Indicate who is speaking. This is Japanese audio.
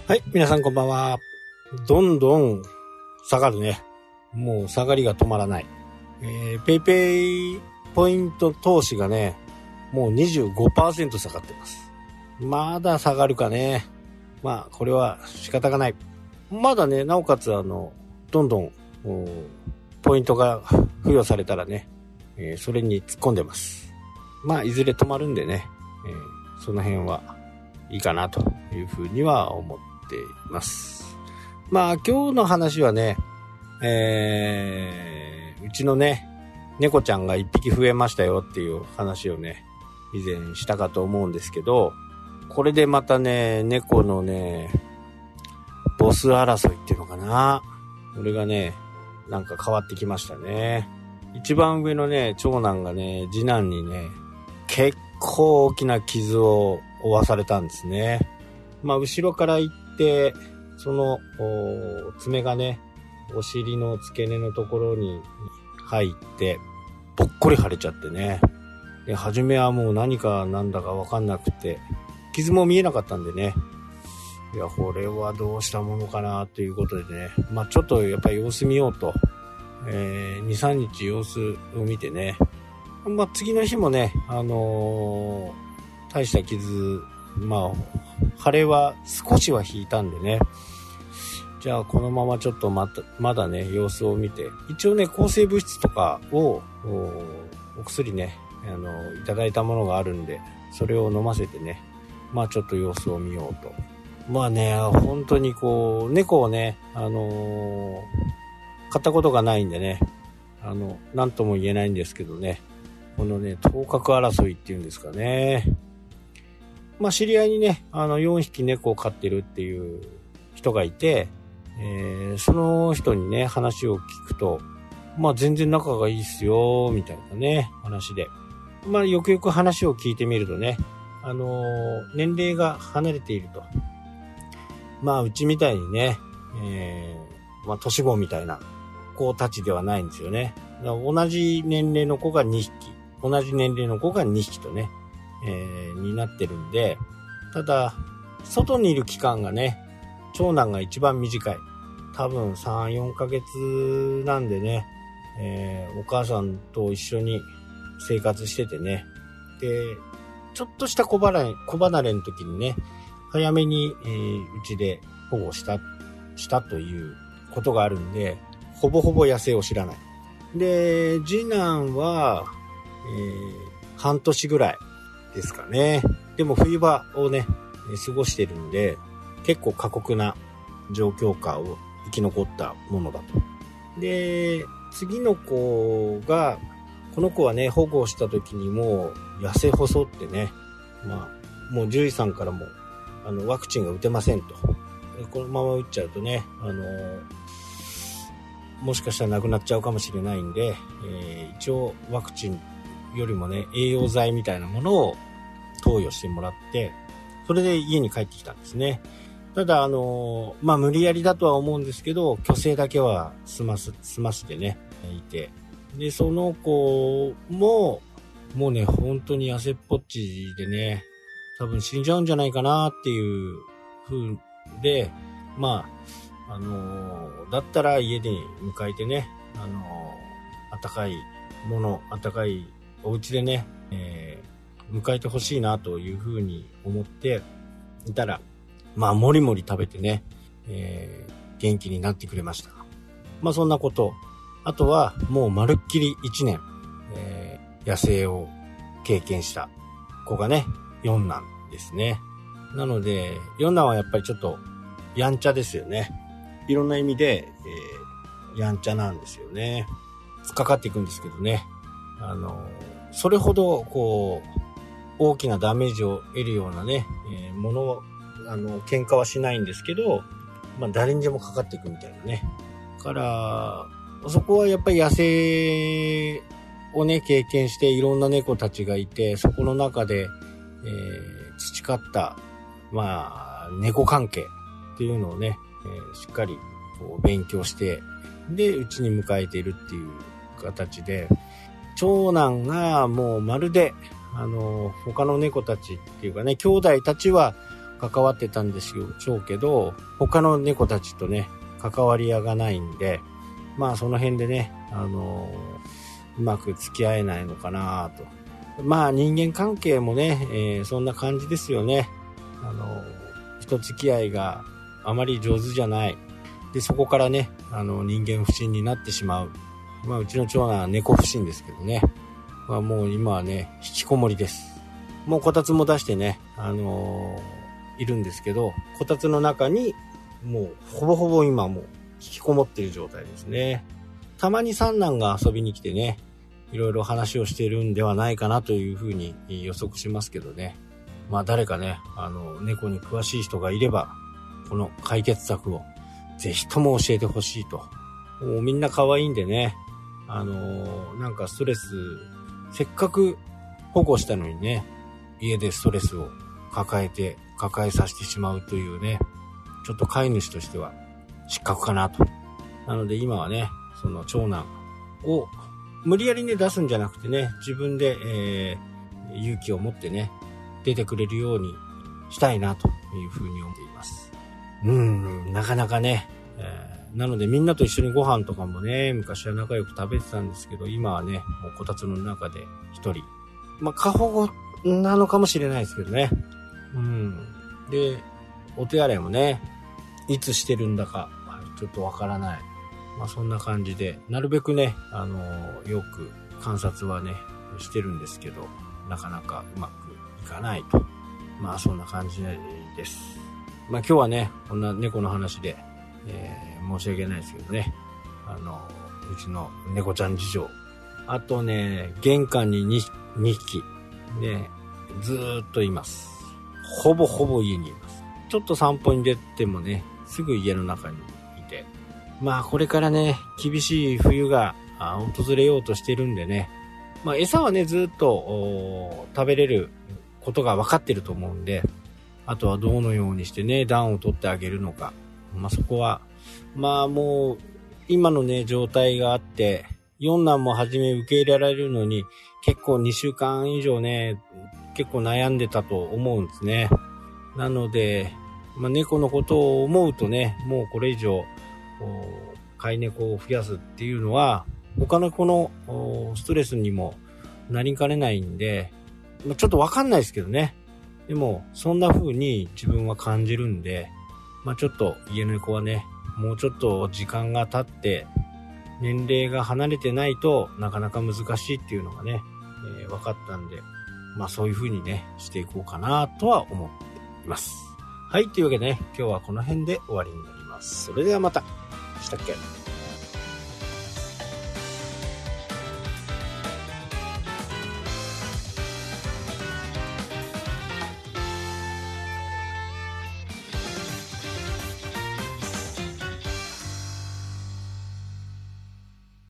Speaker 1: はい、皆さんこんばんは。どんどん下がるね。もう下がりが止まらない。ペイペイポイント投資がね、もう 25% 下がってます。まだ下がるかね。まあ、これは仕方がない。まだね、なおかつどんどんポイントが付与されたらね、それに突っ込んでます。まあ、いずれ止まるんでね、その辺はいいかなというふうには思っています。まあ今日の話はね、うちのね猫ちゃんが一匹増えましたよっていう話をね以前したかと思うんですけど、これでまたね猫のねボス争いっていうのかな、これがねなんか変わってきましたね。一番上のね長男がね次男にね結構大きな傷を負わされたんですね。まあ後ろから行ってその爪がねお尻の付け根のところに入ってぽっこり腫れちゃってね、で初めはもう何かなんだか分かんなくて傷も見えなかったんでね、いやこれはどうしたものかなということでね、まあちょっとやっぱり様子見ようと、2、3日様子を見てね、まあ次の日もね大した傷、まあ腫れは少しは引いたんでね、じゃあこのままちょっとまだね様子を見て、一応ね抗生物質とかをお薬ねいただいたものがあるんで、それを飲ませてね、まあちょっと様子を見ようと。まあね本当にこう猫をね飼ったことがないんでねなんとも言えないんですけどね、このね頭角争いっていうんですかね、まあ知り合いにね4匹猫を飼ってるっていう人がいて、その人にね話を聞くと、まあ全然仲がいいっすよみたいなね話で、まあよくよく話を聞いてみるとね年齢が離れていると、まあうちみたいにね、まあ年子みたいな子たちではないんですよね。だから同じ年齢の子が2匹、同じ年齢の子が2匹とね、になってるんで、ただ外にいる期間がね長男が一番短い、多分 3,4 ヶ月なんでね、お母さんと一緒に生活しててね、でちょっとした子離れの時にね早めに、うちで保護したということがあるんで、ほぼほぼ野生を知らない。で次男は、半年ぐらいですかね。でも冬場をね過ごしてるんで結構過酷な状況下を生き残ったものだと。で次の子が、この子はね保護した時にもう痩せ細ってね、まあもう獣医さんからもワクチンが打てませんと、このまま打っちゃうとねもしかしたら亡くなっちゃうかもしれないんで、一応ワクチンよりもね栄養剤みたいなものを投与してもらって、それで家に帰ってきたんですね。ただまあ無理やりだとは思うんですけど、去勢だけは済ましてねいて、でその子ももうね本当に痩せっぽっちでね、多分死んじゃうんじゃないかなっていう風で、まあだったら家に迎えてね暖かいもの、暖かいお家でね、迎えてほしいなという風に思っていたら、まあもりもり食べてね、元気になってくれました。まあそんなこと、あとはもうまるっきり1年、野生を経験した子がね四男ですね。なので四男はやっぱりちょっとやんちゃですよね。いろんな意味で、やんちゃなんですよね。突っかかっていくんですけどね、それほどこう大きなダメージを得るようなね、もの喧嘩はしないんですけど、まあ誰にでもかかっていくみたいなね。からそこはやっぱり野生をね経験していろんな猫たちがいて、そこの中で、培ったまあ猫関係っていうのをね、しっかりこう勉強してでうちに迎えているっていう形で、長男がもうまるで他の猫たちっていうかね兄弟たちは関わってたんでしょうけど、他の猫たちとね、関わり合いがないんで、まあその辺でね、うまく付き合えないのかなと。まあ人間関係もね、そんな感じですよね。人付き合いがあまり上手じゃない。で、そこからね、人間不信になってしまう。まあうちの長男は猫不信ですけどね。まあもう今はね、引きこもりです。もうこたつも出してね、いるんですけど、こたつの中にもうほぼほぼ今もう引きこもっている状態ですね。たまに三男が遊びに来てね、いろいろ話をしているんではないかなというふうに予測しますけどね。まあ誰かね、猫に詳しい人がいれば、この解決策をぜひとも教えてほしいと。もうみんな可愛いんでね、なんかストレス、せっかく保護したのにね、家でストレスを抱えさせてしまうというね、ちょっと飼い主としては失格かなと。なので今はね、その長男を無理やりね出すんじゃなくてね、自分で、勇気を持ってね、出てくれるようにしたいなというふうに思っています。なかなかね、なのでみんなと一緒にご飯とかもね、昔は仲良く食べてたんですけど、今はね、もうこたつの中で一人。まあ過保護なのかもしれないですけどね。で、お手洗いもね、いつしてるんだか、ちょっとわからない。まあそんな感じで、なるべくね、よく観察はね、してるんですけど、なかなかうまくいかないと。まあそんな感じです。まあ今日はね、こんな猫の話で、申し訳ないですけどね、うちの猫ちゃん事情。あとね、玄関に2匹、ね、ずーっといます。ほぼほぼ家にいます。ちょっと散歩に出てもね、すぐ家の中にいて。まあこれからね、厳しい冬が訪れようとしてるんでね、まあ餌はね、ずっと食べれることが分かってると思うんで、あとはどのようにしてね、暖を取ってあげるのか。まあそこは、まあもう、今のね、状態があって、四男も初め受け入れられるのに、結構2週間以上ね、結構悩んでたと思うんですね。なので、まあ、猫のことを思うとね、もうこれ以上、飼い猫を増やすっていうのは、他の子のストレスにもなりかねないんで、まあ、ちょっとわかんないですけどね。でも、そんな風に自分は感じるんで、まあちょっと家の猫はね、もうちょっと時間が経って、年齢が離れてないとなかなか難しいっていうのがね、分かったんで、まあそういう風にね、していこうかなとは思っています。はい、というわけでね、今日はこの辺で終わりになります。それではまた。したっけ？